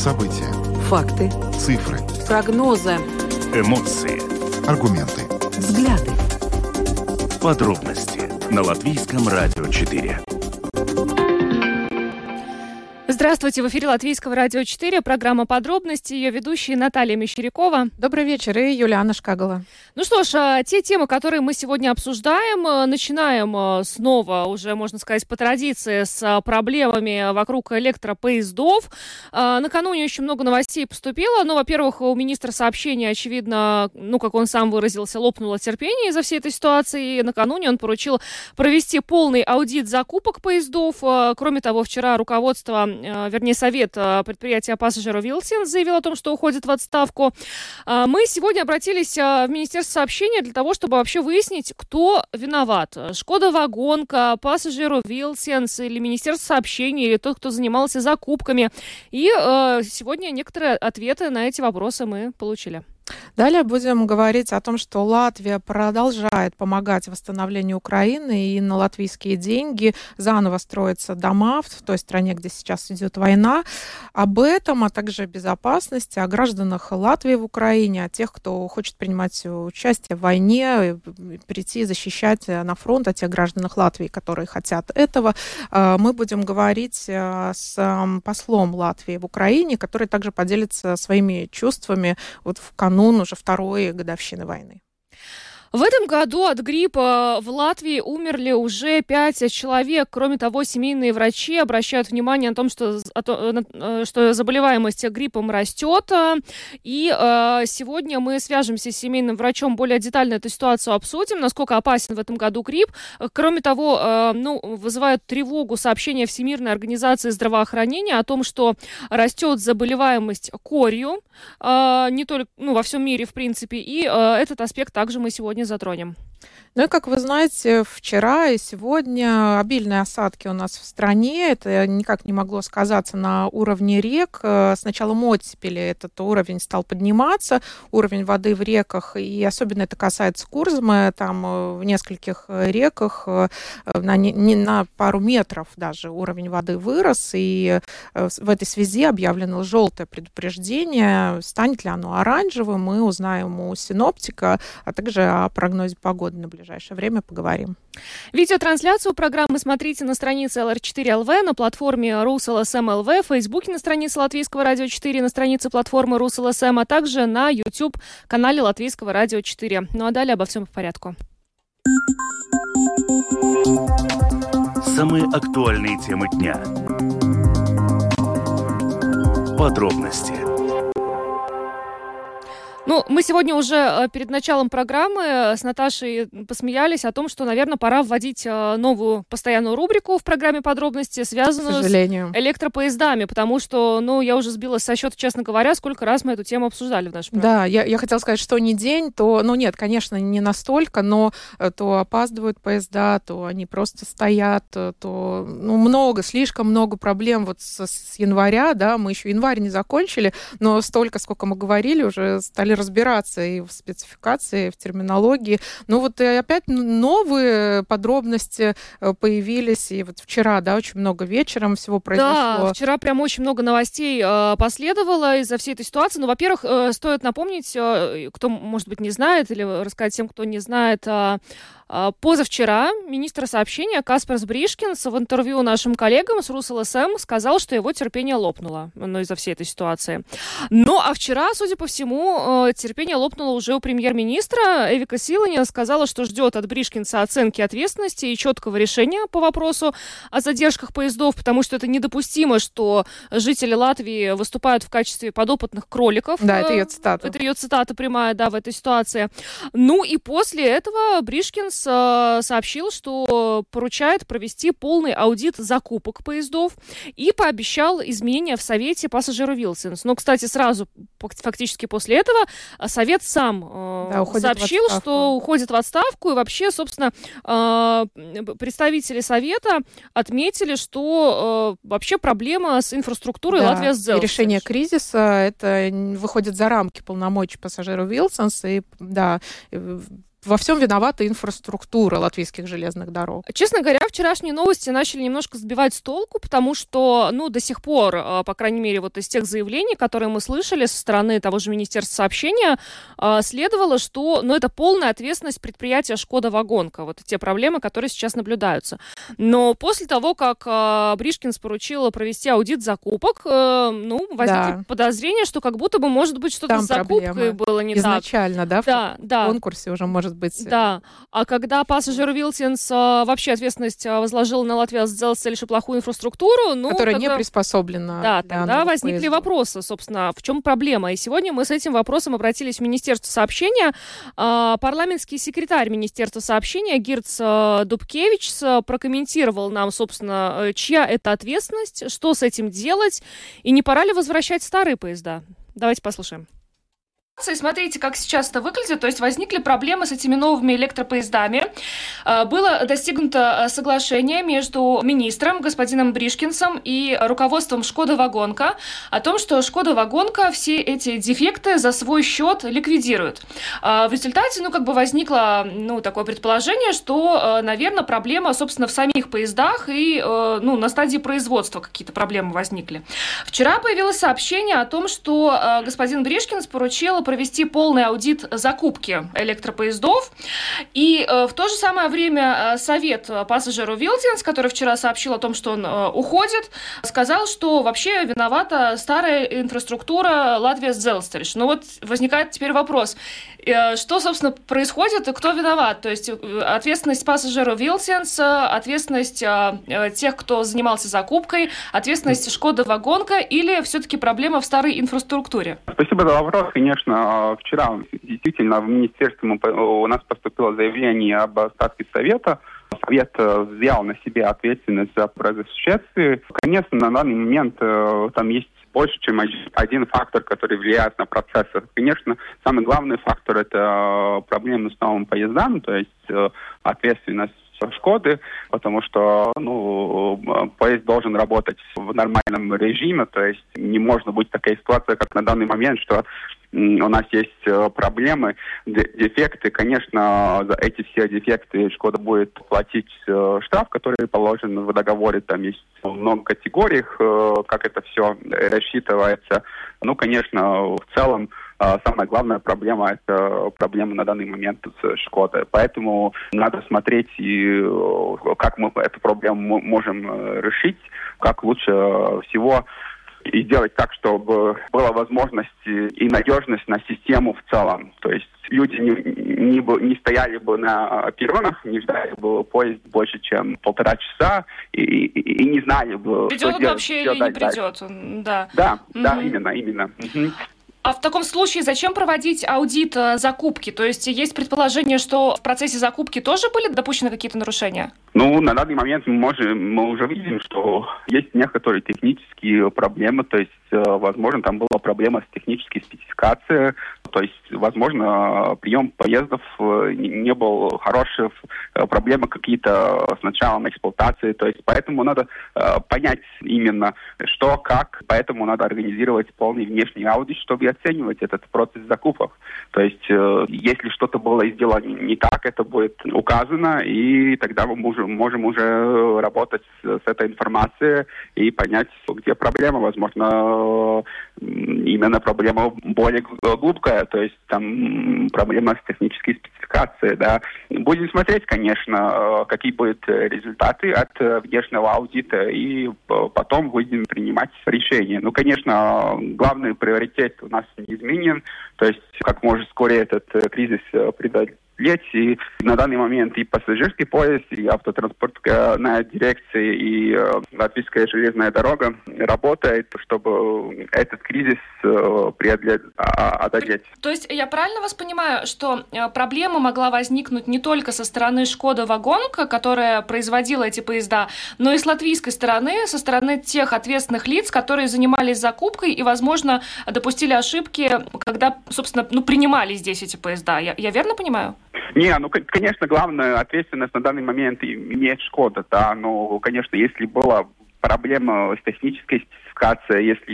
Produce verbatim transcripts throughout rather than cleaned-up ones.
События. Факты. Цифры. Прогнозы. Эмоции. Аргументы. Взгляды. Подробности на Латвийском радио четыре. Здравствуйте, в эфире Латвийского радио четыре, программа «Подробности», ее ведущая Наталья Мещерякова. Добрый вечер, и Юлиана Шкагала. Ну что ж, те темы, которые мы сегодня обсуждаем, начинаем снова, уже, можно сказать, по традиции, с проблемами вокруг электропоездов. Накануне очень много новостей поступило. Ну, во-первых, у министра сообщения, очевидно, ну, как он сам выразился, лопнуло терпение из-за всей этой ситуации. И накануне он поручил провести полный аудит закупок поездов. Кроме того, вчера руководство вернее, совет предприятия «Пассажиру Вилсен» заявил о том, что уходит в отставку. Мы сегодня обратились в Министерство сообщения для того, чтобы вообще выяснить, кто виноват. «Шкода Вагонка», «Пассажиру Вилсен» или Министерство сообщения, или тот, кто занимался закупками. И сегодня некоторые ответы на эти вопросы мы получили. Далее будем говорить о том, что Латвия продолжает помогать восстановлению Украины, и на латвийские деньги заново строятся дома в той стране, где сейчас идет война. Об этом, а также о безопасности, о гражданах Латвии в Украине, о тех, кто хочет принимать участие в войне, прийти защищать на фронт, о тех гражданах Латвии, которые хотят этого. Мы будем говорить с послом Латвии в Украине, который также поделится своими чувствами вот в канун уже второй годовщины войны. В этом году от гриппа в Латвии умерли уже пять человек. Кроме того, семейные врачи обращают внимание на том, что, что заболеваемость гриппом растет. И э, сегодня мы свяжемся с семейным врачом, более детально эту ситуацию обсудим, насколько опасен в этом году грипп. Кроме того, э, ну, вызывают тревогу сообщения Всемирной организации здравоохранения о том, что растет заболеваемость корью, э, не только, ну, во всем мире, в принципе. И э, этот аспект также мы сегодня затронем. Ну и, как вы знаете, вчера и сегодня обильные осадки у нас в стране. Это никак не могло сказаться на уровне рек. С началом оттепели этот уровень стал подниматься, уровень воды в реках, и особенно это касается Курзмы. Там в нескольких реках на, не, на пару метров даже уровень воды вырос, и в этой связи объявлено желтое предупреждение. Станет ли оно оранжевым, мы узнаем у синоптика, а также о прогнозе погоды на ближайшее В ближайшее время поговорим. Видеотрансляцию программы смотрите на странице эл эр четыре эл ви, на платформе РусЛСМ эл ви, в Фейсбуке на странице Латвийского радио четыре, на странице платформы РусЛСМ, а также на YouTube-канале Латвийского радио четыре. Ну а далее обо всем по порядку. Самые актуальные темы дня. Подробности. Ну, мы сегодня уже перед началом программы с Наташей посмеялись о том, что, наверное, пора вводить новую постоянную рубрику в программе «Подробности», связанную с электропоездами, потому что, ну, я уже сбилась со счета, честно говоря, сколько раз мы эту тему обсуждали в нашей программе. Да, я, я хотела сказать, что не день, то, ну, нет, конечно, не настолько, но то опаздывают поезда, то они просто стоят, то, ну, много, слишком много проблем вот с, с января, да, мы еще январь не закончили, но столько, сколько мы говорили, уже стали разбираться и в спецификации, и в терминологии. Ну вот и опять новые подробности появились. И вот вчера, да, очень много вечером всего произошло. Да, вчера прям очень много новостей э, последовало из-за всей этой ситуации. Ну, во-первых, э, стоит напомнить, э, кто, может быть, не знает, или рассказать тем, кто не знает, э, позавчера министр сообщения Каспарс Бришкинс в интервью нашим коллегам с РусЛСМ сказал, что его терпение лопнуло, ну, из-за всей этой ситуации. Ну, а вчера, судя по всему, терпение лопнуло уже у премьер-министра. Эвика Силанен сказала, что ждет от Бришкинса оценки ответственности и четкого решения по вопросу о задержках поездов, потому что это недопустимо, что жители Латвии выступают в качестве подопытных кроликов. Да, это ее цитата. Это ее цитата прямая, да, в этой ситуации. Ну, и после этого Бришкинс сообщил, что поручает провести полный аудит закупок поездов и пообещал изменения в Совете «Пассажиру Вилсен». Но, кстати, сразу, фактически после этого, Совет сам да, сообщил, что уходит в отставку. И вообще, собственно, представители Совета отметили, что вообще проблема с инфраструктурой да, Латвия сделала. Решение кризиса, это выходит за рамки полномочий «Пассажиру Вилсен». И, да, во всем виновата инфраструктура латвийских железных дорог. Честно говоря, вчерашние новости начали немножко сбивать с толку, потому что, ну, до сих пор, по крайней мере, вот из тех заявлений, которые мы слышали со стороны того же Министерства сообщения, следовало, что, ну, это полная ответственность предприятия «Шкода Вагонка», вот те проблемы, которые сейчас наблюдаются. Но после того, как Бришкинс поручила провести аудит закупок, ну, возникли да. подозрения, что как будто бы, может быть, что-то Там с закупкой проблема. было не Изначально, так. да? Да, да. В конкурсе уже может быть... Да, а когда пассажир Вилтинс а, вообще ответственность а, возложил на Латвию сделать лишь плохую инфраструктуру, ну, которая тогда... не приспособлена. Да, тогда возникли поездов. вопросы, собственно, в чем проблема. И сегодня мы с этим вопросом обратились в Министерство сообщения. А, парламентский секретарь Министерства сообщения Гирц а, Дубкевич а, прокомментировал нам, собственно, чья это ответственность, что с этим делать, и не пора ли возвращать старые поезда. Давайте послушаем. Смотрите, как сейчас это выглядит. То есть возникли проблемы с этими новыми электропоездами. Было достигнуто соглашение между министром, господином Бришкинсом, и руководством «Шкода Вагонка» о том, что «Шкода Вагонка» все эти дефекты за свой счет ликвидирует. В результате, ну, как бы возникло, ну, такое предположение, что, наверное, проблема, собственно, в самих поездах и, ну, на стадии производства какие-то проблемы возникли. Вчера появилось сообщение о том, что господин Бришкинс поручил провести полный аудит закупки электропоездов. И э, в то же самое время э, совет пассажиру Вилтинс, который вчера сообщил о том, что он э, уходит, сказал, что вообще виновата старая инфраструктура Латвия Дzelzceļš. Ну вот возникает теперь вопрос, э, что, собственно, происходит и кто виноват? То есть э, ответственность пассажиру Вилтинс, ответственность э, тех, кто занимался закупкой, ответственность Шкода Вагонка или все-таки проблема в старой инфраструктуре? Спасибо за вопрос. Конечно, вчера действительно в министерстве у нас поступило заявление об отставке совета. Совет взял на себя ответственность за произошедшее. Конечно, на данный момент там есть больше, чем один фактор, который влияет на процесс. Конечно, самый главный фактор – это проблемы с новым поездом, то есть ответственность Шкоды, потому что ну, поезд должен работать в нормальном режиме, то есть не может быть такая ситуация, как на данный момент, что у нас есть проблемы, дефекты. Конечно, за эти все дефекты Шкода будет платить штраф, который положен в договоре. Там есть много категорий, как это все рассчитывается. Ну, конечно, в целом самая главная проблема – это проблема на данный момент с Шкодой. Поэтому надо смотреть, и как мы эту проблему можем решить, как лучше всего и сделать так, чтобы была возможность и надежность на систему в целом. То есть люди не, не, не стояли бы на перронах, не ждали бы поезд больше, чем полтора часа, и, и, и не знали бы, придет что он делать, вообще что или не придет. Да, да, угу. да, именно, именно. Угу. А в таком случае зачем проводить аудит э, закупки? То есть есть предположение, что в процессе закупки тоже были допущены какие-то нарушения? Ну, на данный момент мы, можем, мы уже видим, что есть некоторые технические проблемы, то есть, э, возможно, там была проблема с технической спецификацией, то есть, возможно, прием поездов э, не был хороший, э, проблемы какие-то с началом эксплуатации, то есть, поэтому надо э, понять именно, что, как, поэтому надо организировать полный внешний аудит, чтобы оценивать этот процесс закупок. То есть, э, если что-то было сделано не так, это будет указано, и тогда мы можем, можем уже работать с, с этой информацией и понять, где проблема. Возможно, именно проблема более глубокая, то есть там проблема с технической спецификацией. Да. Будем смотреть, конечно, какие будут результаты от внешнего аудита, и потом будем принимать решения. Ну, конечно, главный приоритет у нас не изменен, то есть как можно скорее этот кризис преодолеть. И на данный момент и пассажирский поезд, и автотранспортная дирекция, и э, Латвийская железная дорога работает, чтобы этот кризис э, преодолеть, одолеть. То есть я правильно вас понимаю, что проблема могла возникнуть не только со стороны Шкода Вагонка, которая производила эти поезда, но и с латвийской стороны, со стороны тех ответственных лиц, которые занимались закупкой и, возможно, допустили ошибки, когда, собственно, ну, принимали здесь эти поезда. Я, я верно понимаю? Не, ну, конечно, главная ответственность на данный момент имеет Шкода, да, но, конечно, если была проблема с технической спецификацией, если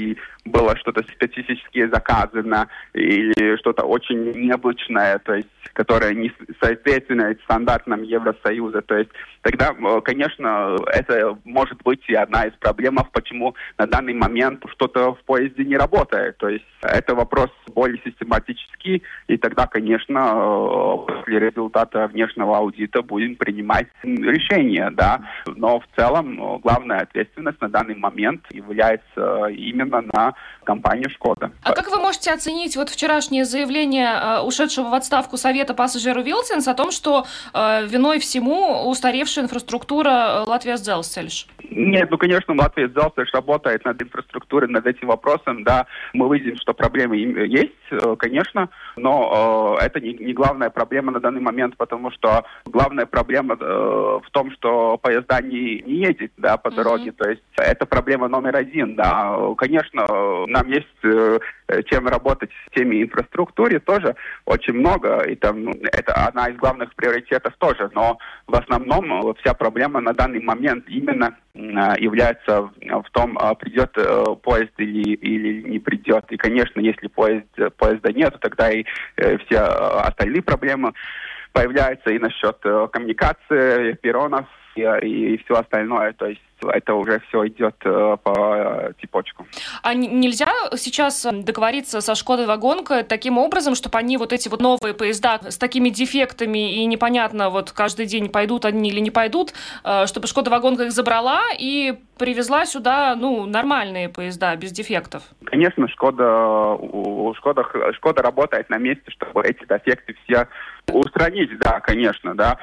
было что-то специфические заказы на, или что-то очень необычное, то есть, которое не соответствует стандартам Евросоюза. То есть тогда, конечно, это может быть и одна из проблем, почему на данный момент что-то в поезде не работает. То есть это вопрос более систематический, и тогда, конечно, после результата внешнего аудита будем принимать решения, да. Но в целом главная ответственность на данный момент является именно на компании «Шкода». А как вы можете оценить вот вчерашнее заявление ушедшего в отставку Совета пассажиру Вилсенс о том, что э, виной всему устаревшая инфраструктура Латвия-Зелсельш? Нет, ну, конечно, Латвия-Зелсельш работает над инфраструктурой, над этим вопросом, да. Мы видим, что проблемы есть, конечно, но э, это не, не главная проблема на данный момент, потому что главная проблема э, в том, что поезда не, не едет, да, по дороге. Mm-hmm. То есть это проблема номер один, да. Конечно, нам есть э, чем работать в теме инфраструктуры тоже очень много, и там это одна из главных приоритетов тоже, но в основном вся проблема на данный момент именно э, является в том, придет э, поезд или, или не придет. И, конечно, если поезд, поезда нет, тогда и э, все остальные проблемы появляются и насчет э, коммуникации, перронов и, и все остальное. То есть это уже все идет э, по цепочку. А нельзя сейчас договориться со Шкодой Вагонка таким образом, чтобы они вот эти вот новые поезда с такими дефектами и непонятно вот каждый день пойдут они или не пойдут, э, чтобы Шкода Вагонка их забрала и привезла сюда, ну, нормальные поезда без дефектов? Конечно, Шкода, у Шкода, Шкода работает на месте, чтобы эти дефекты все устранить, да, конечно, да,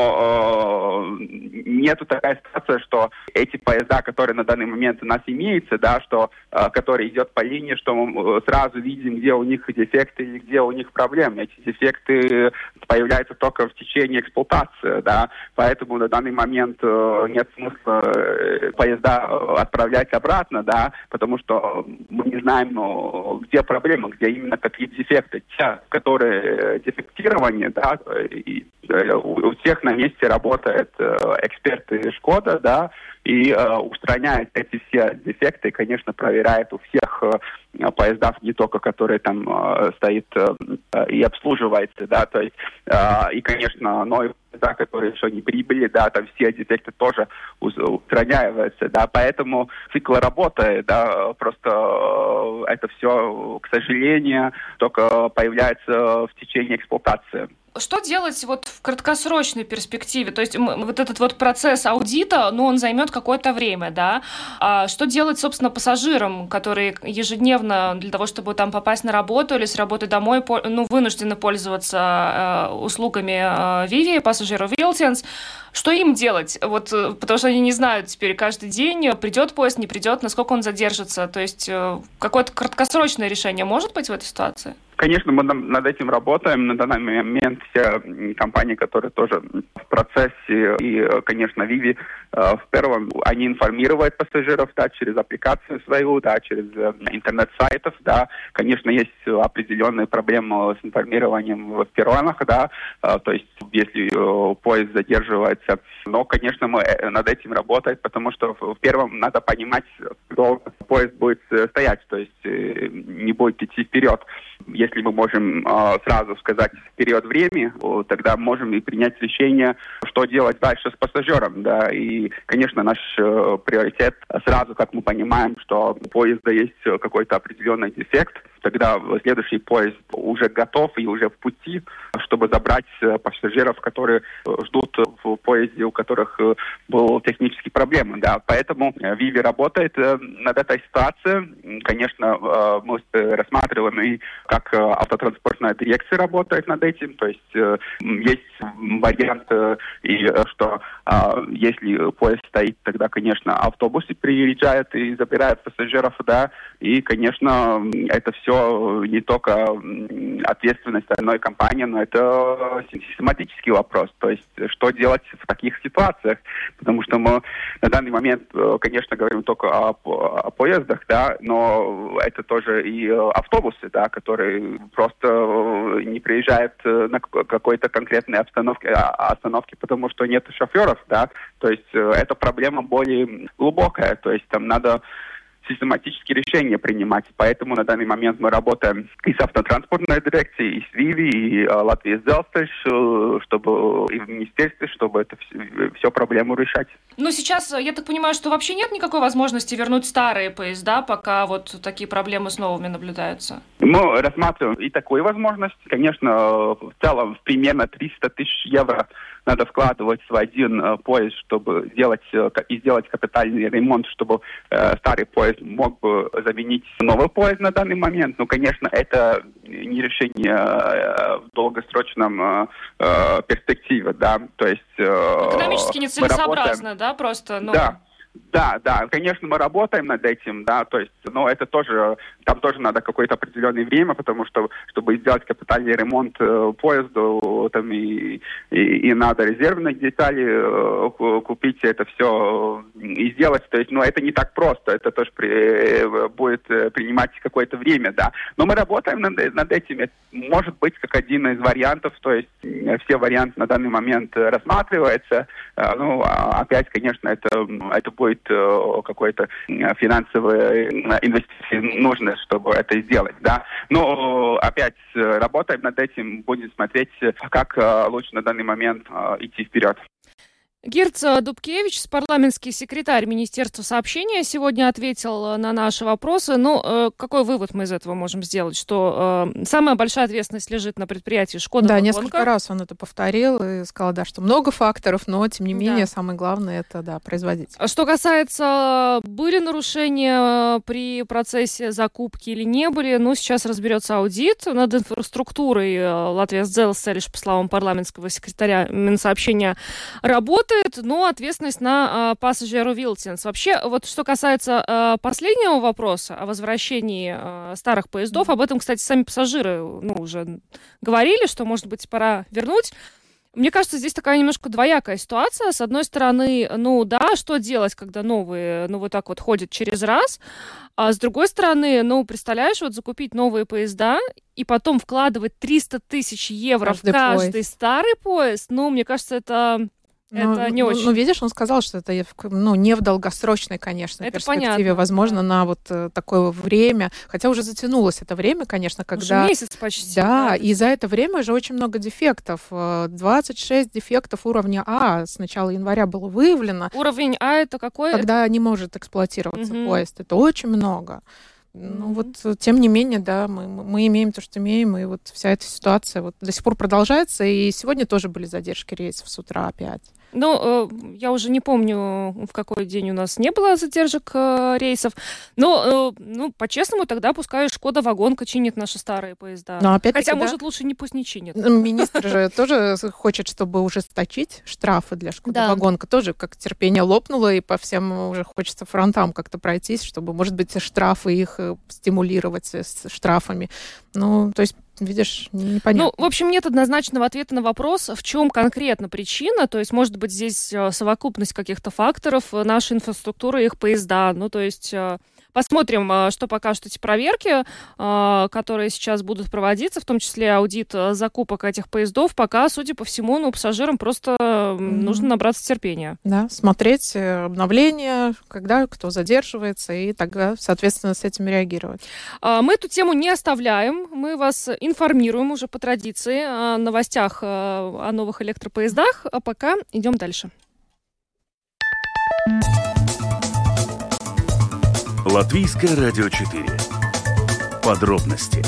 но э, нету такая ситуация, что эти поезда, которые на данный момент у нас имеются, да, что, э, которые идет по линии, что мы сразу видим, где у них дефекты и где у них проблемы. Эти дефекты появляются только в течение эксплуатации, да, поэтому на данный момент э, нет смысла э, поезда отправлять обратно, да, потому что мы не знаем, ну, где проблема, где именно какие дефекты. Те, которые дефектированы, да, и у всех на месте работают эксперты Шкода, да, и э, устраняет эти все дефекты, и, конечно, проверяет у всех э, поездов, не только которые там э, стоит э, и обслуживается, да, то есть, э, и, конечно, новые поезда, которые еще не прибыли, да, там все дефекты тоже устраняются, да, поэтому цикл работает, да, просто э, это все, к сожалению, только появляется в течение эксплуатации. Что делать вот в краткосрочной перспективе? То есть вот этот вот процесс аудита, ну, он займет какое-то время, да? А что делать, собственно, пассажирам, которые ежедневно для того, чтобы там попасть на работу или с работы домой, ну, вынуждены пользоваться э, услугами э, Vivi, пассажиров Vilciens? Что им делать? Вот, потому что они не знают теперь каждый день, придет поезд, не придет, насколько он задержится. То есть э, какое-то краткосрочное решение может быть в этой ситуации? Конечно, мы над этим работаем. На данный момент все компании, которые тоже в процессе, и, конечно, Vivi, в первом, они информируют пассажиров, да, через аппликацию свою, да, через интернет-сайтов, да. Конечно, есть определенные проблемы с информированием в перронах, да, то есть если поезд задерживается. Но, конечно, мы над этим работаем, потому что в первом надо понимать, что поезд будет стоять, то есть не будет идти вперед. Если мы можем э, сразу сказать вперед время, э, тогда можем и принять решение, что делать дальше с пассажиром. Да? И, конечно, наш э, приоритет сразу, как мы понимаем, что у поезда есть какой-то определенный дефект, тогда следующий поезд уже готов и уже в пути, чтобы забрать пассажиров, которые ждут в поезде, у которых были технические проблемы. Да. Поэтому Vivi работает над этой ситуацией. Конечно, мы рассматриваем и как автотранспортная дирекция работает над этим. То есть есть вариант, и что если поезд стоит, тогда, конечно, автобусы приезжают и забирают пассажиров, да, и, конечно, это все не только ответственность одной компании, но это систематический вопрос. То есть, что делать в таких ситуациях? Потому что мы на данный момент, конечно, говорим только о, о поездах, да, но это тоже и автобусы, да, которые просто не приезжают на какой-то конкретной остановке, остановке, потому что нет шоферов, да. То есть, это проблема более глубокая. То есть, там надо систематические решения принимать. Поэтому на данный момент мы работаем и с автотранспортной дирекцией, и с Виви, и э, Латвия Зелстеж, э, чтобы и в министерстве, чтобы это все, все проблему решать. Ну, сейчас, я так понимаю, что вообще нет никакой возможности вернуть старые поезда, пока вот такие проблемы с новыми наблюдаются? Мы рассматриваем и такую возможность. Конечно, в целом примерно триста тысяч евро надо вкладывать в один э, поезд, чтобы делать э, и сделать капитальный ремонт, чтобы э, старый поезд мог бы заменить новый поезд на данный момент. Но, конечно, это не решение э, в долгосрочном э, э, перспективе, да. То есть э, экономически нецелесообразно, да, просто. Ну... Да. Да, да, конечно, мы работаем над этим, да, то есть, но это тоже, там тоже надо какое-то определенное время, потому что, чтобы сделать капитальный ремонт э, поезду, там и, и, и надо резервные детали э, купить, это все и сделать, то есть, ну, это не так просто, это тоже при, будет принимать какое-то время, да, но мы работаем над, над этим, это может быть как один из вариантов, то есть, все варианты на данный момент рассматриваются, э, ну, опять, конечно, это, это будет какой-то финансовые инвестиции нужны, чтобы это сделать, да. Но опять работаем над этим, будем смотреть, как лучше на данный момент идти вперед. Герц Дубкевич, парламентский секретарь Министерства сообщения, сегодня ответил на наши вопросы. Ну, какой вывод мы из этого можем сделать? Что э, самая большая ответственность лежит на предприятии «Шкода Да, Вагонка». Несколько раз он это повторил и сказал, да, что много факторов, но, тем не менее, да. самое главное — это, да, производитель. Что касается, были нарушения при процессе закупки или не были, ну, сейчас разберется аудит над инфраструктурой. Латвия Зелстеж, по словам парламентского секретаря Минсообщения, работает. Но ответственность на э, пассажиру Вилтинс. Вообще, вот что касается э, последнего вопроса о возвращении э, старых поездов, об этом, кстати, сами пассажиры ну, уже говорили, что, может быть, пора вернуть. Мне кажется, здесь такая немножко двоякая ситуация. С одной стороны, ну да, что делать, когда новые, ну вот так вот ходят через раз, а с другой стороны, ну, представляешь, вот закупить новые поезда и потом вкладывать триста тысяч евро каждый в каждый поезд. Старый поезд, ну, мне кажется, это... Ну, это не ну, очень. Ну, видишь, он сказал, что это ну, не в долгосрочной, конечно, это перспективе, понятно. Возможно, на вот такое время, хотя уже затянулось это время, конечно, когда... Уже месяц почти. Да, да, и за это время же очень много дефектов. двадцать шесть дефектов уровня А с начала января было выявлено. Уровень А это какой? Когда не может эксплуатироваться угу. поезд. Это очень много. Ну mm-hmm. вот, тем не менее, да, мы, мы имеем то, что имеем, и вот вся эта ситуация вот до сих пор продолжается, и сегодня тоже были задержки рейсов с утра опять. Ну, э, я уже не помню, в какой день у нас не было задержек э, рейсов, но, э, ну, по-честному, тогда пускай «Шкода Вагонка» чинит наши старые поезда. Но опять Хотя, да, может, лучше не пусть не чинит. Министр же тоже хочет, чтобы ужесточить штрафы для «Шкода Вагонка». Тоже как терпение лопнуло, и по всем уже хочется фронтам как-то пройтись, чтобы, может быть, штрафы их стимулировать с штрафами. Ну, то есть видишь, непонятно. Ну, в общем, нет однозначного ответа на вопрос, в чем конкретно причина. То есть, может быть, здесь совокупность каких-то факторов, нашей инфраструктуры, их поезда. Ну, то есть... Посмотрим, что покажут эти проверки, которые сейчас будут проводиться, в том числе аудит закупок этих поездов. Пока, судя по всему, ну, пассажирам просто mm-hmm. нужно набраться терпения. Да, смотреть обновления, когда кто задерживается, и тогда, соответственно, с этим реагировать. Мы эту тему не оставляем. Мы вас информируем уже по традиции о новостях о новых электропоездах. А пока идем дальше. Латвийское радио четыре. Подробности.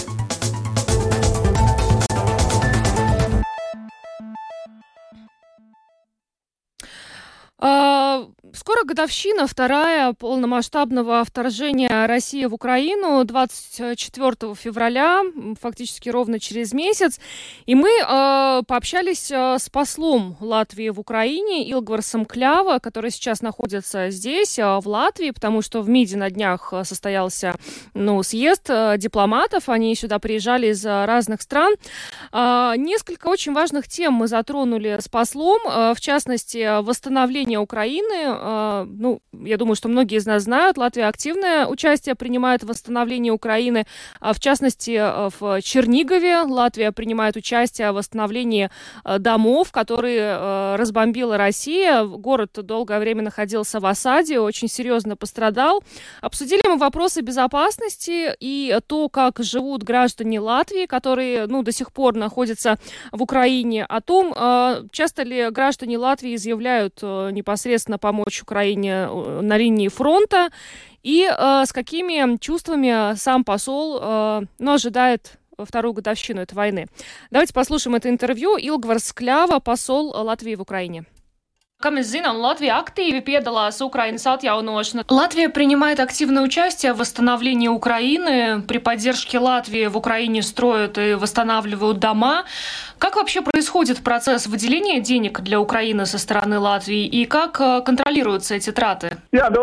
Скоро годовщина, вторая полномасштабного вторжения России в Украину, двадцать четвёртого февраля, фактически ровно через месяц. И мы э, пообщались э, с послом Латвии в Украине Илгварсом Клява, который сейчас находится здесь, э, в Латвии, потому что в МИДе на днях состоялся ну, съезд э, дипломатов. Они сюда приезжали из э, разных стран. Э, несколько очень важных тем мы затронули с послом, э, в частности, восстановление Украины, ну, я думаю, что многие из нас знают, Латвия активное участие принимает в восстановлении Украины. В частности, в Чернигове Латвия принимает участие в восстановлении домов, которые разбомбила Россия. Город долгое время находился в осаде, очень серьезно пострадал. Обсудили мы вопросы безопасности и то, как живут граждане Латвии, которые, ну, до сих пор находятся в Украине, о том, часто ли граждане Латвии изъявляют непосредственно помочь Украине на линии фронта, и с какими чувствами сам посол, ну, ожидает вторую годовщину этой войны. Давайте послушаем это интервью. Илгварс Кļava, посол Латвии в Украине. Как мы знаем, Латвия активно piedalās Украиnas atjaunošanā. Латвия принимает активное участие в восстановлении Украины. При поддержке Латвии в Украине строят и восстанавливают дома. Как вообще происходит процесс выделения денег для Украины со стороны Латвии и как контролируются эти траты?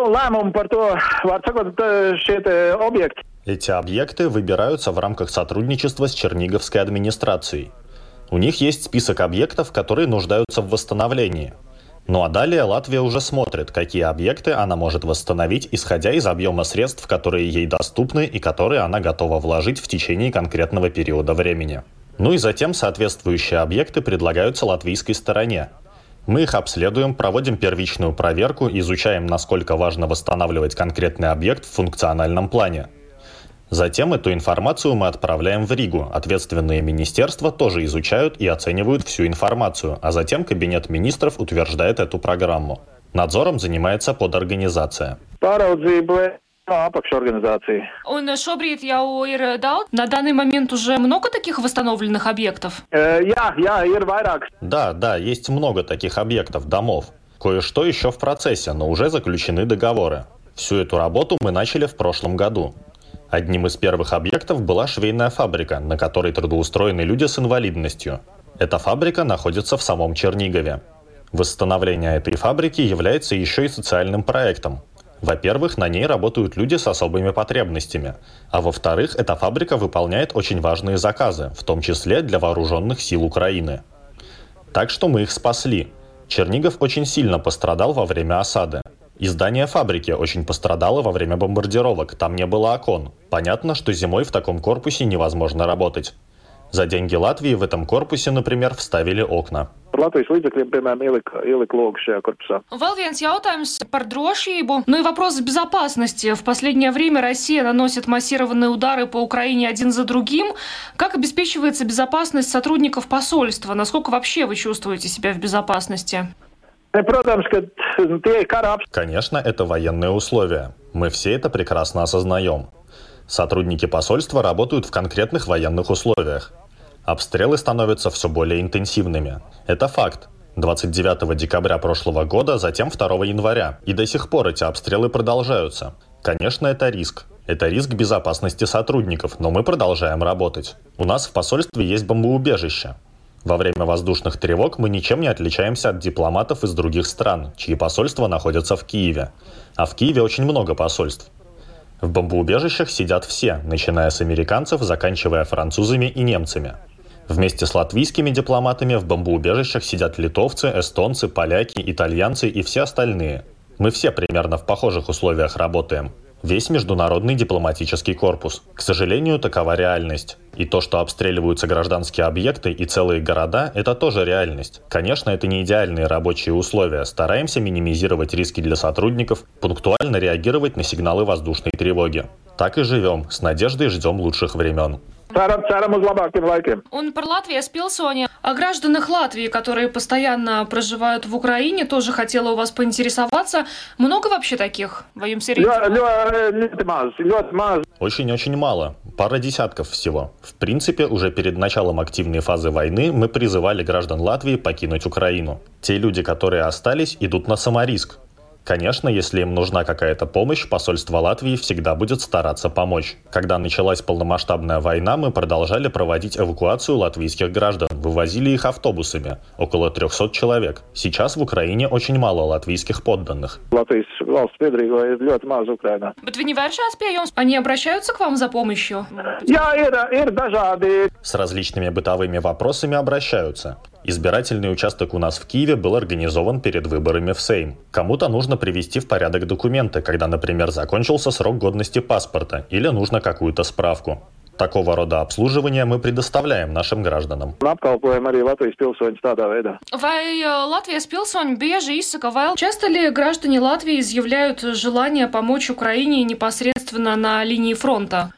Эти объекты выбираются в рамках сотрудничества с Черниговской администрацией. У них есть список объектов, которые нуждаются в восстановлении. Ну а далее Латвия уже смотрит, какие объекты она может восстановить, исходя из объема средств, которые ей доступны и которые она готова вложить в течение конкретного периода времени. Ну и затем соответствующие объекты предлагаются латвийской стороне. Мы их обследуем, проводим первичную проверку, изучаем, насколько важно восстанавливать конкретный объект в функциональном плане. Затем эту информацию мы отправляем в Ригу. Ответственные министерства тоже изучают и оценивают всю информацию, а затем Кабинет министров утверждает эту программу. Надзором занимается подорганизация. Он шобрит jau ir daudz. На данный момент уже много таких восстановленных объектов? Да, да, есть много таких объектов, домов. Кое-что еще в процессе, но уже заключены договоры. Всю эту работу мы начали в прошлом году. Одним из первых объектов была швейная фабрика, на которой трудоустроены люди с инвалидностью. Эта фабрика находится в самом Чернигове. Восстановление этой фабрики является еще и социальным проектом. Во-первых, на ней работают люди с особыми потребностями, а во-вторых, эта фабрика выполняет очень важные заказы, в том числе для вооруженных сил Украины. Так что мы их спасли. Чернигов очень сильно пострадал во время осады. И здание фабрики очень пострадало во время бомбардировок, там не было окон. Понятно, что зимой в таком корпусе невозможно работать. За деньги Латвии в этом корпусе, например, вставили окна. Vēl viens jautājums par drošību. Ну и вопрос безопасности. В последнее время Россия наносит массированные удары по Украине один за другим. Как обеспечивается безопасность сотрудников посольства? Насколько вообще вы чувствуете себя в безопасности? Конечно, это военные условия. Мы все это прекрасно осознаем. Сотрудники посольства работают в конкретных военных условиях. Обстрелы становятся все более интенсивными. Это факт. двадцать девятого декабря прошлого года, затем второго января. И до сих пор эти обстрелы продолжаются. Конечно, это риск. Это риск безопасности сотрудников, но мы продолжаем работать. У нас в посольстве есть бомбоубежище. Во время воздушных тревог мы ничем не отличаемся от дипломатов из других стран, чьи посольства находятся в Киеве. А в Киеве очень много посольств. В бомбоубежищах сидят все, начиная с американцев, заканчивая французами и немцами. Вместе с латвийскими дипломатами в бомбоубежищах сидят литовцы, эстонцы, поляки, итальянцы и все остальные. Мы все примерно в похожих условиях работаем. Весь международный дипломатический корпус. К сожалению, такова реальность. И то, что обстреливаются гражданские объекты и целые города, это тоже реальность. Конечно, это не идеальные рабочие условия. Стараемся минимизировать риски для сотрудников, пунктуально реагировать на сигналы воздушной тревоги. Так и живем, с надеждой ждем лучших времен. Он про Латвijas pilsoņiem. О гражданах Латвии, которые постоянно проживают в Украине, тоже хотела у вас поинтересоваться. Много вообще таких в Аюмсире? Очень-очень мало. Пара десятков всего. В принципе, уже перед началом активной фазы войны мы призывали граждан Латвии покинуть Украину. Те люди, которые остались, идут на самориск. Конечно, если им нужна какая-то помощь, посольство Латвии всегда будет стараться помочь. Когда началась полномасштабная война, мы продолжали проводить эвакуацию латвийских граждан, вывозили их автобусами, около трехсот человек. Сейчас в Украине очень мало латвийских подданных. Они обращаются к вам за помощью? С различными бытовыми вопросами обращаются. Избирательный участок у нас в Киеве был организован перед выборами в Сейм. Кому-то нужно привести в порядок документы, когда, например, закончился срок годности паспорта или нужно какую-то справку. Такого рода обслуживание мы предоставляем нашим гражданам. Vai Латвijas pilsoņi bieži izsaka vēl? Часто ли граждане Латвии изъявляют желание помочь Украине непосредственно на линии фронта?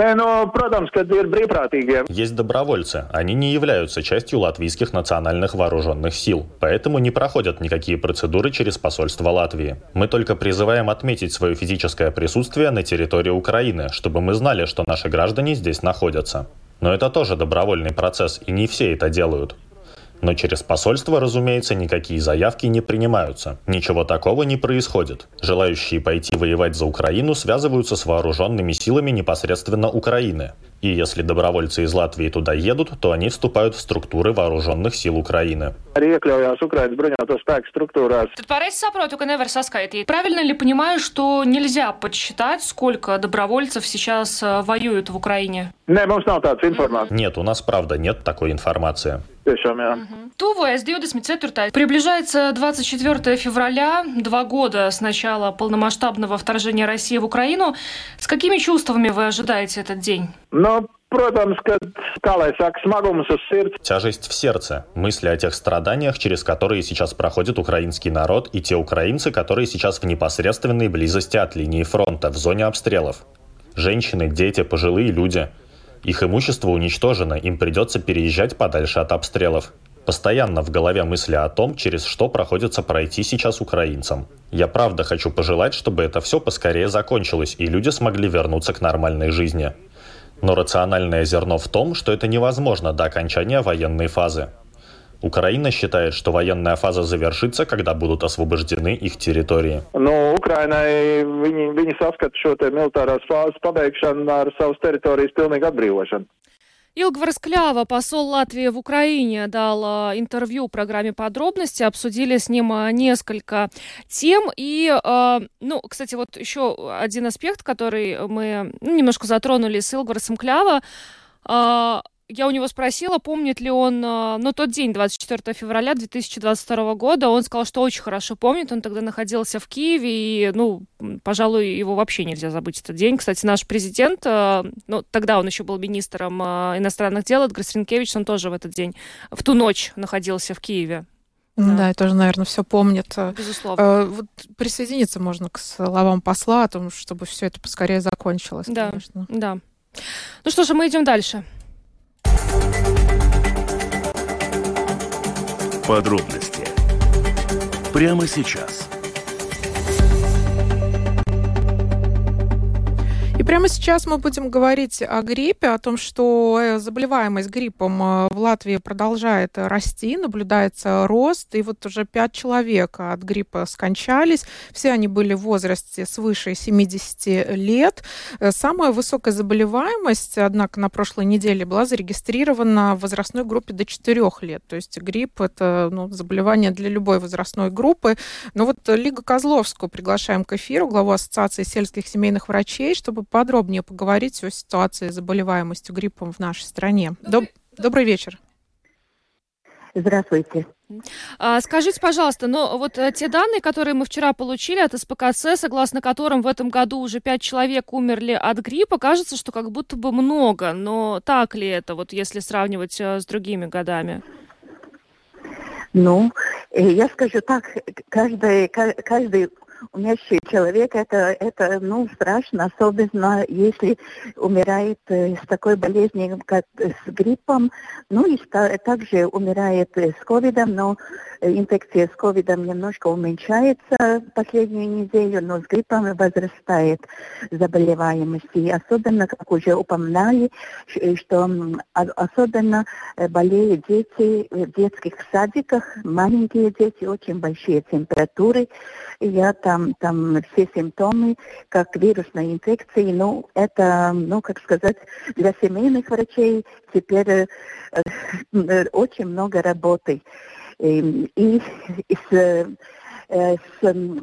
Есть добровольцы. Они не являются частью латвийских национальных вооруженных сил, поэтому не проходят никакие процедуры через посольство Латвии. Мы только призываем отметить свое физическое присутствие на территории Украины, чтобы мы знали, что наши граждане здесь находятся. Но это тоже добровольный процесс, и не все это делают. Но через посольство, разумеется, никакие заявки не принимаются. Ничего такого не происходит. Желающие пойти воевать за Украину связываются с вооруженными силами непосредственно Украины. И если добровольцы из Латвии туда едут, то они вступают в структуры вооруженных сил Украины. Правильно ли понимаю, что нельзя подсчитать, сколько добровольцев сейчас воюют в Украине? Нет, у нас правда нет такой информации. Tuvojas двадцать четвёртое. Приближается двадцать четвёртое февраля, два года с начала полномасштабного вторжения России в Украину. С какими чувствами вы ожидаете этот день? Тяжесть в сердце, мысли о тех страданиях, через которые сейчас проходит украинский народ, и те украинцы, которые сейчас в непосредственной близости от линии фронта, в зоне обстрелов. Женщины, дети, пожилые люди. Их имущество уничтожено, им придется переезжать подальше от обстрелов. Постоянно в голове мысли о том, через что приходится пройти сейчас украинцам. Я правда хочу пожелать, чтобы это все поскорее закончилось, и люди смогли вернуться к нормальной жизни. Но рациональное зерно в том, что это невозможно до окончания военной фазы. Украина считает, что военная фаза завершится, когда будут освобождены их территории. Но Украинai viņi, viņi saskata šo te militārās fāzes pabeigšanu ar savas teritorijas pilnīgu atbrīvošanu. Илгвар Склява, посол Латвии в Украине, дал интервью программе «Подробности». Обсудили с ним несколько тем. И, ну, кстати, вот еще один аспект, который мы немножко затронули с Илгваром Склява. Я у него спросила, помнит ли он, ну, тот день, двадцать четвёртое февраля две тысячи двадцать второго года. Он сказал, что очень хорошо помнит. Он тогда находился в Киеве, и, ну, пожалуй, его вообще нельзя забыть этот день. Кстати, наш президент, ну, тогда он еще был министром иностранных дел, Эдгар Ринкевич, он тоже в этот день, в ту ночь находился в Киеве. Да, да, и тоже, наверное, все помнит. Безусловно. Вот присоединиться можно к словам посла о том, чтобы все это поскорее закончилось, да, конечно. Да. Ну что же, мы идем дальше. Подробности прямо сейчас. И прямо сейчас мы будем говорить о гриппе, о том, что заболеваемость гриппом в Латвии продолжает расти, наблюдается рост, и вот уже пять человек от гриппа скончались. Все они были в возрасте свыше семидесяти лет. Самая высокая заболеваемость, однако, на прошлой неделе была зарегистрирована в возрастной группе до четырёх лет. То есть грипп – это, ну, заболевание для любой возрастной группы. Но вот Лигу Козловскую приглашаем к эфиру, главу Ассоциации сельских семейных врачей, чтобы подробнее поговорить о ситуации с заболеваемостью гриппом в нашей стране. Доб- Добрый вечер. Здравствуйте. А, скажите, пожалуйста, но вот те данные, которые мы вчера получили от эс пэ ка цэ, согласно которым в этом году уже пять человек умерли от гриппа, кажется, что как будто бы много. Но так ли это, вот если сравнивать с другими годами? Ну, я скажу так, каждый, каждый умерший человек, это, это, ну, страшно, особенно если умирает с такой болезнью, как с гриппом, ну, и также умирает с ковидом, но инфекция с ковидом немножко уменьшается последнюю неделю, но с гриппом возрастает заболеваемость. И особенно, как уже упоминали, что особенно болеют дети в детских садиках, маленькие дети, очень большие температуры. Я там, там все симптомы, как вирусной инфекции, ну, это, ну, как сказать, для семейных врачей теперь э, очень много работы. И, и с, э, с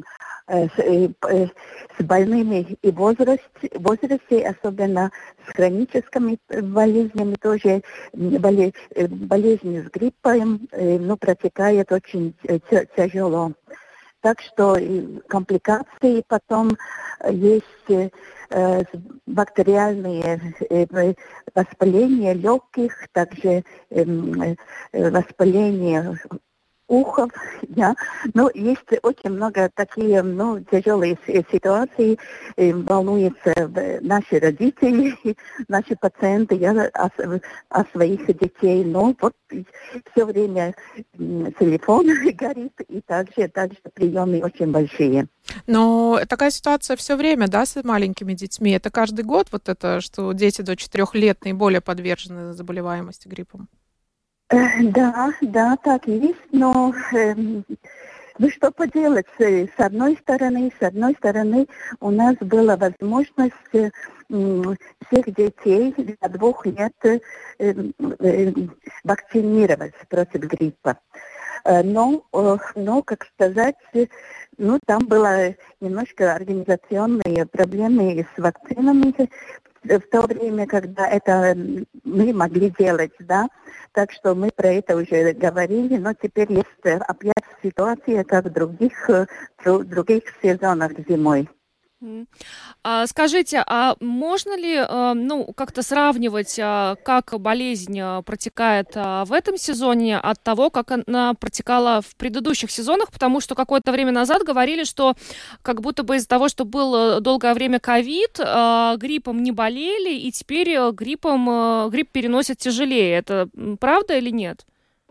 с, с больными и возрасте, возрасте, особенно с хроническими болезнями, тоже боле, болезни с гриппом, ну, протекает очень тяжело. Так что компликации потом есть э, бактериальные э, воспаления легких, также э, воспаление ухов, да. Ну, есть очень много такие, ну, тяжелые ситуации, э, волнуются наши родители, наши пациенты, я о, о своих детей, но вот все время телефон горит, и также, также приемы очень большие. Но такая ситуация все время, да, с маленькими детьми? Это каждый год вот это, что дети до четырех лет наиболее подвержены заболеваемости гриппом? Да, да, так и есть, но э, ну что поделать, с одной стороны, с одной стороны у нас была возможность э, всех детей до двух лет э, э, вакцинировать против гриппа. Но, но, как сказать, ну, там было немножко организационные проблемы с вакцинами в то время, когда это мы могли делать, да. Так что мы про это уже говорили, но теперь есть опять ситуация, как в других, в других сезонах зимой. А, скажите, а можно ли, ну, как-то сравнивать, как болезнь протекает в этом сезоне от того, как она протекала в предыдущих сезонах? Потому что какое-то время назад говорили, что как будто бы из-за того, что был долгое время ковид, гриппом не болели, и теперь гриппом, грипп переносят тяжелее. Это правда или нет?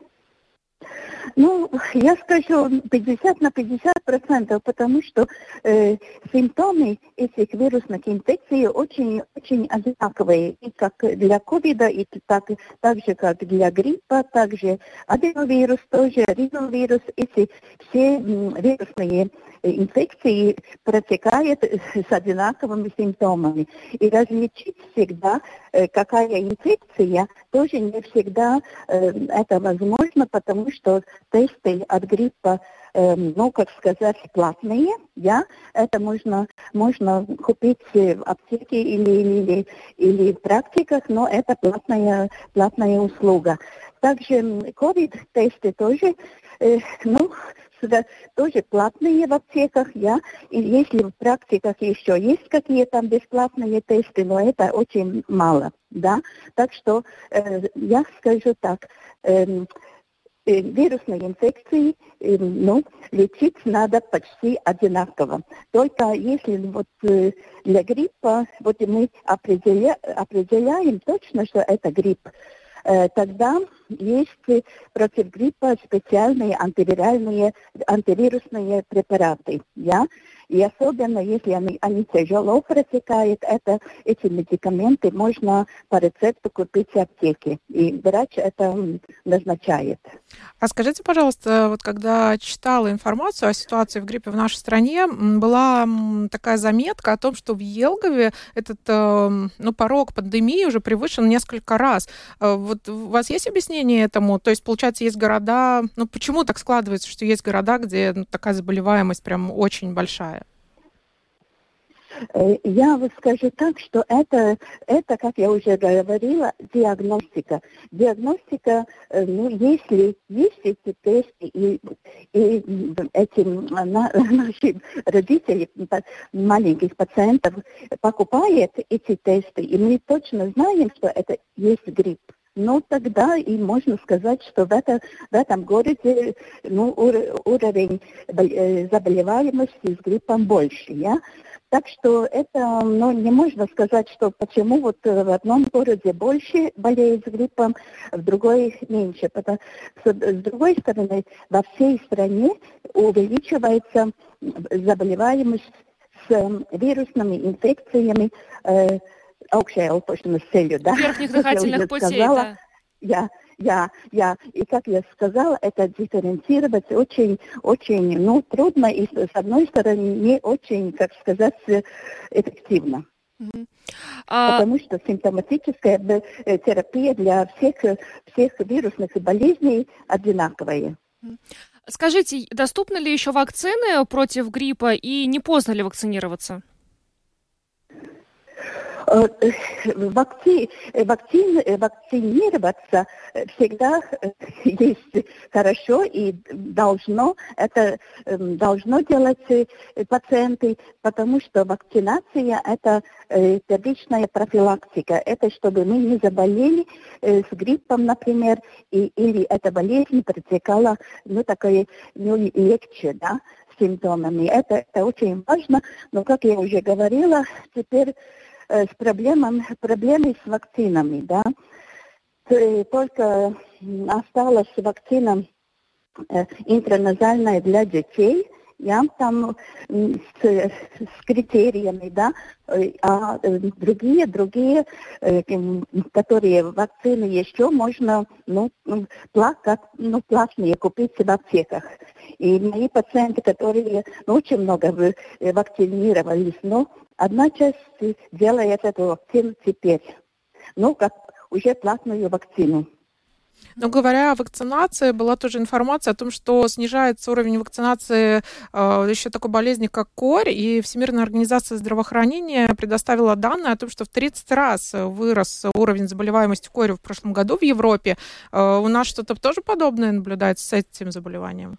Ну, я скажу пятьдесят на пятьдесят процентов, потому что э, симптомы этих вирусных инфекций очень-очень одинаковые. И как для ковида, и так, так же, как для гриппа, также аденовирус, тоже риновирус. Эти все м, вирусные инфекции протекают с одинаковыми симптомами. И различить всегда, э, какая инфекция, тоже не всегда э, это возможно, потому что тесты от гриппа, э, ну, как сказать, платные, да, это можно, можно купить в аптеке или, или, или в практиках, но это платная, платная услуга. Также ковид-тесты тоже, э, ну, тоже платные в аптеках, я, и если в практиках еще есть какие-то бесплатные тесты, но это очень мало, да, так что э, я скажу так, э, э, вирусные инфекции, э, ну, лечить надо почти одинаково, только если вот э, для гриппа, вот мы определя, определяем точно, что это грипп, тогда есть против гриппа специальные антивиральные, антивирусные препараты, да? И особенно, если они, они тяжело протекают, это, эти медикаменты можно по рецепту купить в аптеке, и врач это назначает. А скажите, пожалуйста, вот когда читала информацию о ситуации в гриппе в нашей стране, была такая заметка о том, что в Елгове этот, ну, порог пандемии уже превышен несколько раз. Вот у вас есть объяснение этому? То есть, получается, есть города... Ну, почему так складывается, что есть города, где, ну, такая заболеваемость прям очень большая? Я вот скажу так, что это, это, как я уже говорила, диагностика. Диагностика, ну, если есть эти тесты, и, и эти на, наши родители маленьких пациентов покупают эти тесты, и мы точно знаем, что это есть грипп, ну, тогда и можно сказать, что в, это, в этом городе, ну, ур, уровень заболеваемости с гриппом больше, я. Так что это, ну, не можно сказать, что почему вот в одном городе больше болеют с гриппом, в другой меньше. Потому, с, с другой стороны, во всей стране увеличивается заболеваемость с вирусными инфекциями э, аugšējā elpošanas ceļu, да? Верхних дыхательных путей, да. Я, я, я, и как я сказала, это дифференцировать очень, очень, ну, трудно и, с одной стороны, не очень, как сказать, эффективно. Mm-hmm. Потому а... что симптоматическая терапия для всех, всех вирусных болезней одинаковая. Скажите, доступны ли еще вакцины против гриппа и не поздно ли вакцинироваться? Вакци... Вакци... Вакцинироваться всегда есть хорошо и должно, это должно делать пациенты, потому что вакцинация – это первичная профилактика. Это чтобы мы не заболели с гриппом, например, и, или эта болезнь протекала, ну, такое, ну, легче, да, симптомами. Это, это очень важно, но, как я уже говорила, теперь с проблемами, проблемой с вакцинами, да. Только осталась вакцина интраназальная для детей, я там с, с критериями, да, а другие, другие, которые вакцины еще можно, ну, как, ну, платные купить в аптеках. И мои пациенты, которые, ну, очень много вакцинировались, но одна часть делает эту вакцину теперь, ну, как уже платную вакцину. Но говоря о вакцинации, была тоже информация о том, что снижается уровень вакцинации э, еще такой болезни, как корь, и Всемирная организация здравоохранения предоставила данные о том, что в тридцать раз вырос уровень заболеваемости корью в прошлом году в Европе. Э, у нас что-то тоже подобное наблюдается с этим заболеванием?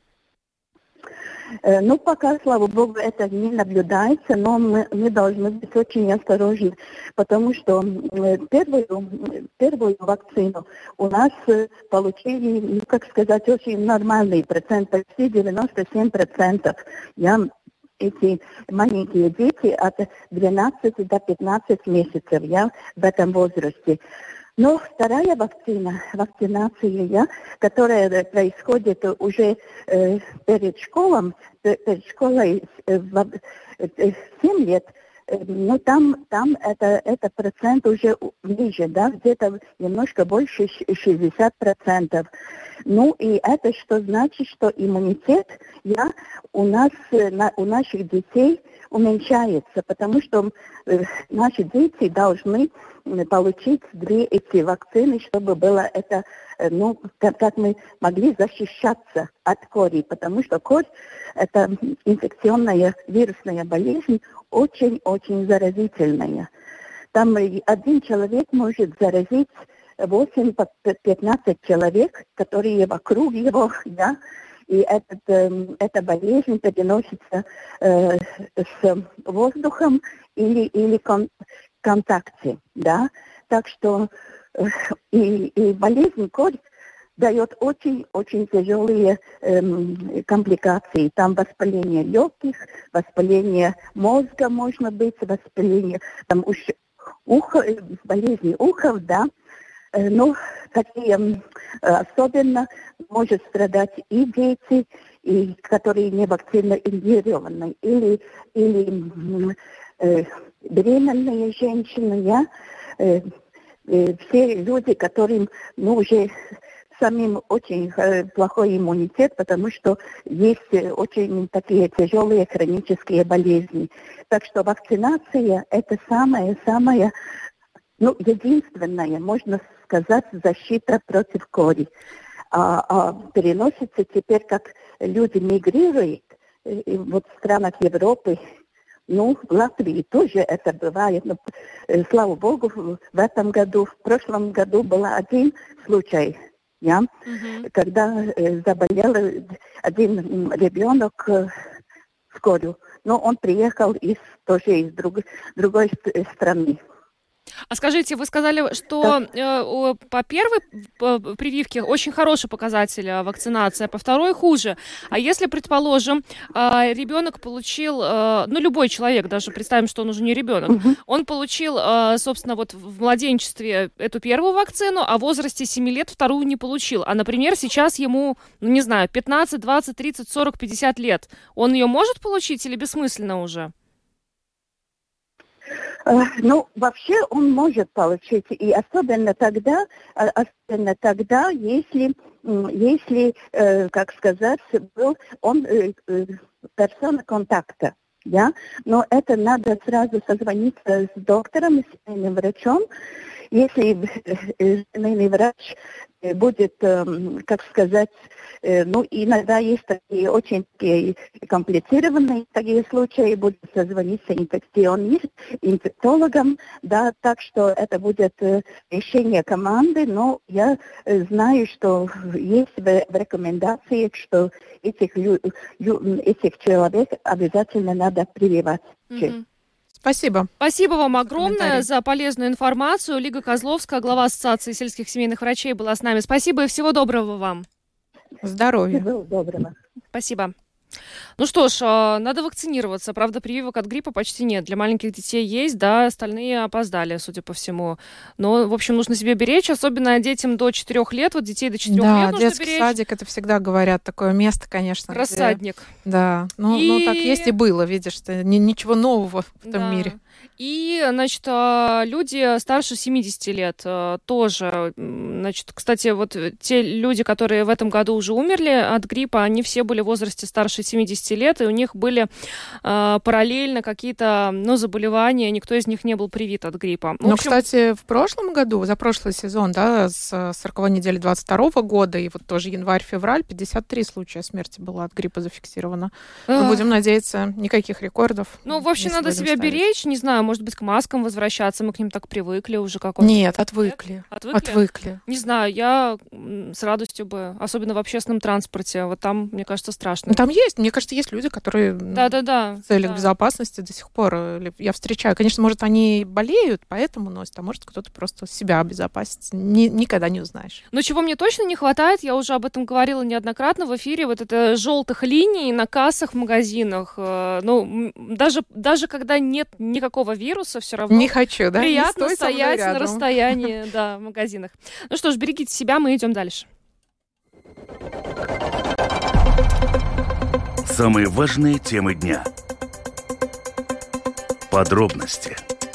Ну, пока, слава богу, это не наблюдается, но мы, мы должны быть очень осторожны, потому что первую, первую вакцину у нас получили, ну, как сказать, очень нормальный процент, почти девяносто семь процентов. Я, эти маленькие дети от двенадцати до пятнадцати месяцев, я в этом возрасте. Но вторая вакцина, вакцинация, которая происходит уже э, перед школой, перед школой э, в э, семь лет, э, ну там, там это, это процент уже ниже, да, где-то немножко больше шестьдесят процентов. Ну и это что значит, что иммунитет я, у нас, на, у наших детей уменьшается, потому что э, наши дети должны получить две эти вакцины, чтобы было это, э, ну, как, как мы могли защищаться от кори, потому что корь – это инфекционная вирусная болезнь, очень-очень заразительная. Там один человек может заразить восемь-пятнадцать человек, которые вокруг его, да, и этот, э, эта болезнь переносится э, с воздухом или, или кон, контакте, да, так что э, и, и болезнь корь дает очень-очень тяжелые э, компликации. Там воспаление легких, воспаление мозга может быть, воспаление там, уш, уха, болезни ухов, да. Ну, такие особенно может страдать и дети, и которые не вакцинированы, или, или э, беременные женщины, я, э, э, все люди, которым, ну, уже самим очень э, плохой иммунитет, потому что есть очень такие тяжелые хронические болезни. Так что вакцинация – это самое-самое, ну, единственная, можно сказать, защита против кори. А, а переносится теперь, как люди мигрируют, и вот в странах Европы, ну, в Латвии тоже это бывает. Но, слава богу, в этом году, в прошлом году был один случай, я, mm-hmm. когда э, заболел один ребенок э, с корью. Но он приехал из, тоже из друг, другой страны. А скажите, вы сказали, что э, по первой по прививке очень хороший показатель вакцинации, а по второй хуже. А если, предположим, э, ребенок получил, э, ну, любой человек, даже представим, что он уже не ребенок, угу. он получил, э, собственно, вот в младенчестве эту первую вакцину, а в возрасте семи лет вторую не получил. А, например, сейчас ему, ну, не знаю, пятнадцать, двадцать, тридцать, сорок, пятьдесят лет. Он ее может получить или бессмысленно уже? Ну, вообще он может получить, и особенно тогда, особенно тогда, если, если, как сказать, был он персона контакта, да, но это надо сразу созвониться с доктором, с семейным врачом, если семейный врач будет, как сказать, ну, иногда есть такие очень такие комплицированные такие случаи, будет созвониться инфекционист, инфектологом, да, так что это будет решение команды, но я знаю, что есть в рекомендациях, что этих, этих человек обязательно надо прививать. Mm-hmm. Спасибо. Спасибо вам огромное за полезную информацию. Лига Козловская, глава Ассоциации сельских семейных врачей, была с нами. Спасибо и всего доброго вам. Здоровья. Всего доброго. Спасибо. Ну что ж, надо вакцинироваться. Правда, прививок от гриппа почти нет. Для маленьких детей есть, да, остальные опоздали, судя по всему. Но, в общем, нужно себе беречь, особенно детям до четырех лет. Вот детей до четырех да, лет нужно детский беречь. садик, это всегда говорят, такое место, конечно. Рассадник. Где... Да, ну, и... ну так есть и было, видишь, что ничего нового в этом да. мире. И, значит, люди старше семидесяти лет тоже, значит, кстати, вот те люди, которые в этом году уже умерли от гриппа, они все были в возрасте старше семидесяти лет, и у них были э, параллельно какие-то, ну, заболевания, никто из них не был привит от гриппа. Ну, общем... кстати, в прошлом году, за прошлый сезон, да, с сороковой недели двадцать второго года, и вот тоже январь-февраль, пятьдесят три случая смерти было от гриппа зафиксировано. Мы будем надеяться, никаких рекордов. Ну, в общем, надо себя ставить. беречь, не знаю, может быть, к маскам возвращаться, мы к ним так привыкли уже. Как Нет, отвыкли. отвыкли. Отвыкли. Не знаю, я с радостью бы, особенно в общественном транспорте, вот там, мне кажется, страшно. Ну, там есть, мне кажется, есть люди, которые да-да-да, в целях да. безопасности до сих пор я встречаю. Конечно, может, они болеют, поэтому носят, а может, кто-то просто себя обезопасит. Ни, никогда не узнаешь. Но чего мне точно не хватает, я уже об этом говорила неоднократно в эфире, вот это желтых линий на кассах в магазинах. Ну, даже, даже когда нет никакого вируса, все равно не хочу, да? приятно не стоять на расстоянии да, в магазинах. Ну что ж, берегите себя, мы идем дальше. Самые важные темы дня. Подробности.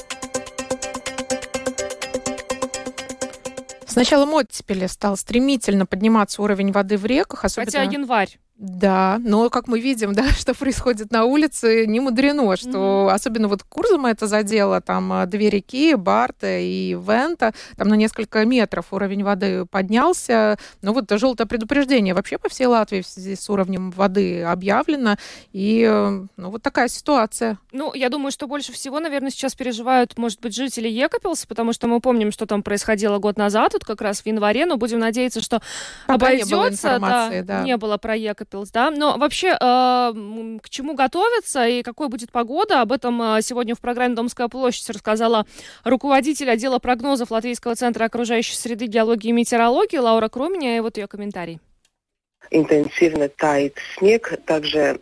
С началом оттепели стал стремительно подниматься уровень воды в реках. Особенно... Хотя январь. Да, но, как мы видим, да, что происходит на улице, не мудрено, что mm-hmm. особенно вот Курзама это задело, там две реки, Барта и Вента, там на несколько метров уровень воды поднялся. Ну вот желтое предупреждение вообще по всей Латвии в связи с уровнем воды объявлено, и ну вот такая ситуация. Ну, я думаю, что больше всего, наверное, сейчас переживают, может быть, жители Екапилса, потому что мы помним, что там происходило год назад, вот как раз в январе, но будем надеяться, что пока обойдется, не было информации, да, да, не было про Екапилс. Да? Но вообще, э, к чему готовиться и какой будет погода, об этом э, сегодня в программе «Домская площадь» рассказала руководитель отдела прогнозов Латвийского центра окружающей среды, геологии и метеорологии Лаура Круменя, и вот ее комментарий. Интенсивно тает снег, также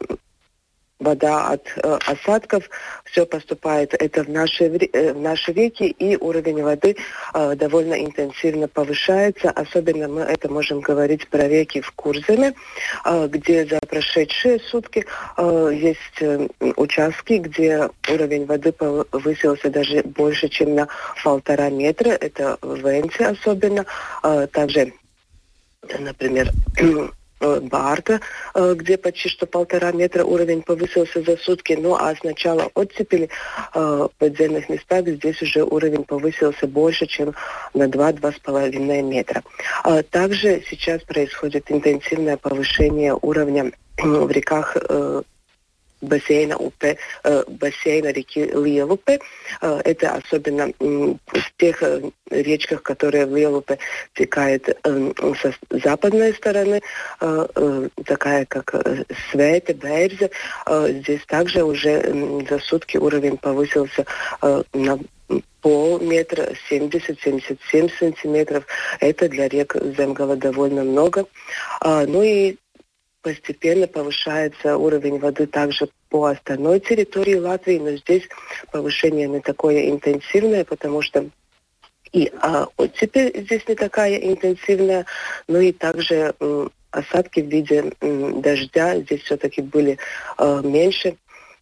вода от э, осадков, все поступает это в наши, э, в наши реки, и уровень воды э, довольно интенсивно повышается. Особенно мы это можем говорить про реки в Курзаме, э, где за прошедшие сутки э, есть э, участки, где уровень воды повысился даже больше, чем на полтора метра. Это в Венте особенно. Э, также, например, Барта, где почти что полтора метра уровень повысился за сутки. Ну а с начала оттепели в подземных местах здесь уже уровень повысился больше, чем на два-два с половиной метра. Также сейчас происходит интенсивное повышение уровня в реках бассейна Упе, э, бассейна реки Лиелупе. Э, это особенно э, в тех э, речках, которые в Лиелупе текают э, со западной стороны, э, э, такая как э, Свете, Берзе. Э, здесь также уже э, за сутки уровень повысился э, на полметра, семьдесят-семьдесят семь сантиметров. Это для рек Земгала довольно много. А, ну и постепенно повышается уровень воды также по остальной территории Латвии, но здесь повышение не такое интенсивное, потому что и а, оттепель здесь не такая интенсивная, но и также м, осадки в виде м, дождя здесь все-таки были а, меньше.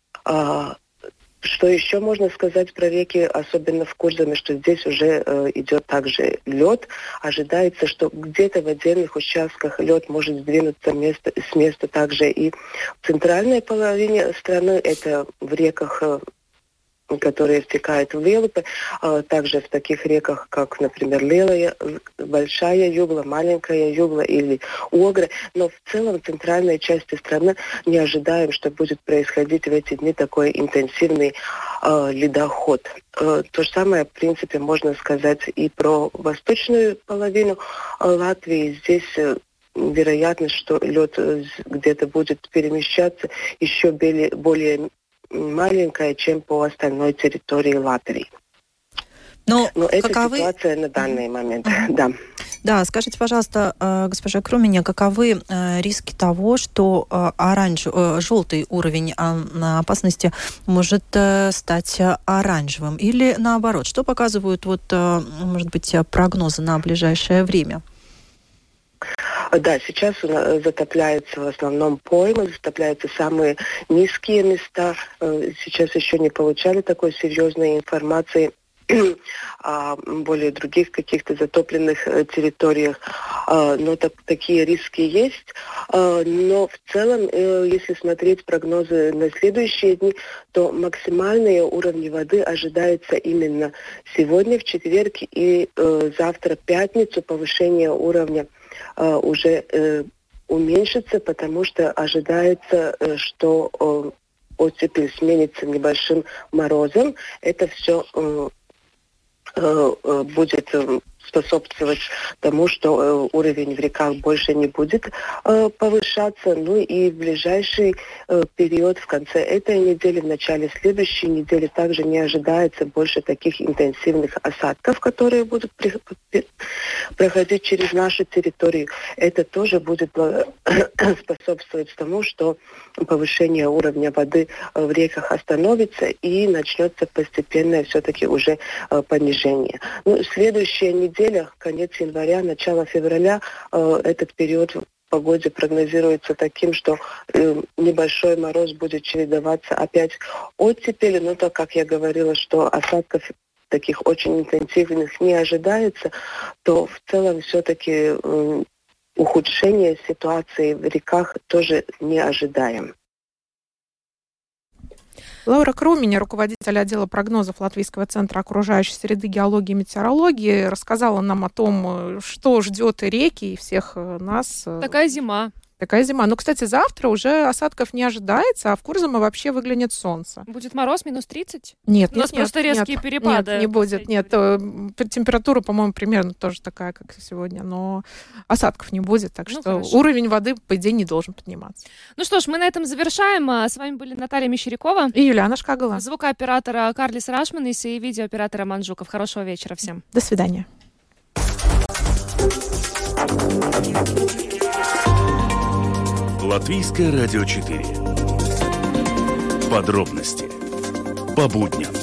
А, Что еще можно сказать про реки, особенно в Курзаме, что здесь уже э, идет также лед. Ожидается, что где-то в отдельных участках лед может сдвинуться место, с места также и в центральной половине страны. Это в реках э, которые втекают в Лиелупе, также в таких реках, как, например, Лелая, Большая Югла, Маленькая Югла или Огры. Но в целом в центральной части страны не ожидаем, что будет происходить в эти дни такой интенсивный э, ледоход. Э, то же самое, в принципе, можно сказать и про восточную половину э, Латвии. Здесь э, вероятность, что лед где-то будет перемещаться еще более, более маленькая, чем по остальной территории Латвии. Но, Но это каковы... ситуация на данный момент, да. Да, скажите, пожалуйста, госпожа Круменя, каковы риски того, что оранж... желтый уровень опасности может стать оранжевым? Или наоборот, что показывают, вот, может быть, прогнозы на ближайшее время? Да, сейчас затопляются в основном поймы, затопляются самые низкие места. Сейчас еще не получали такой серьезной информации о более других каких-то затопленных территориях. Но так, такие риски есть. Но в целом, если смотреть прогнозы на следующие дни, то максимальные уровни воды ожидаются именно сегодня, в четверг, и завтра, в пятницу, повышение уровня уже э, уменьшится, потому что ожидается, э, что э, оттепель сменится небольшим морозом. Это все э, э, будет э, способствовать тому, что э, уровень в реках больше не будет э, повышаться. Ну и в ближайший э, период, в конце этой недели, в начале следующей недели, также не ожидается больше таких интенсивных осадков, которые будут при, при, проходить через нашу территорию. Это тоже будет способствовать тому, что повышение уровня воды в реках остановится и начнется постепенное все-таки уже э, понижение. Ну, следующая неделя, конец января, начало февраля, э, этот период в погоде прогнозируется таким, что э, небольшой мороз будет чередоваться опять оттепели, но так как я говорила, что осадков таких очень интенсивных не ожидается, то в целом все-таки э, ухудшение ситуации в реках тоже не ожидаем. Лаура Круменя, руководитель отдела прогнозов Латвийского центра окружающей среды, геологии и метеорологии, рассказала нам о том, что ждет и реки, и всех нас. Такая зима. Такая зима. Ну, кстати, завтра уже осадков не ожидается, а в Курзаме вообще выглянет солнце. Будет мороз минус тридцать? Нет, У нас нет, просто нет, резкие нет, перепады. Нет, не будет. Нет, температура, по-моему, примерно тоже такая, как сегодня, но осадков не будет, так ну, что хорошо. Уровень воды, по идее, не должен подниматься. Ну что ж, мы на этом завершаем. С вами были Наталья Мещерякова и Юлиана Шкагала. Звукооператора Карлис Рашманис и видеооператора Манжуков. Хорошего вечера всем. До свидания. Латвийское радио четыре. Подробности по будням.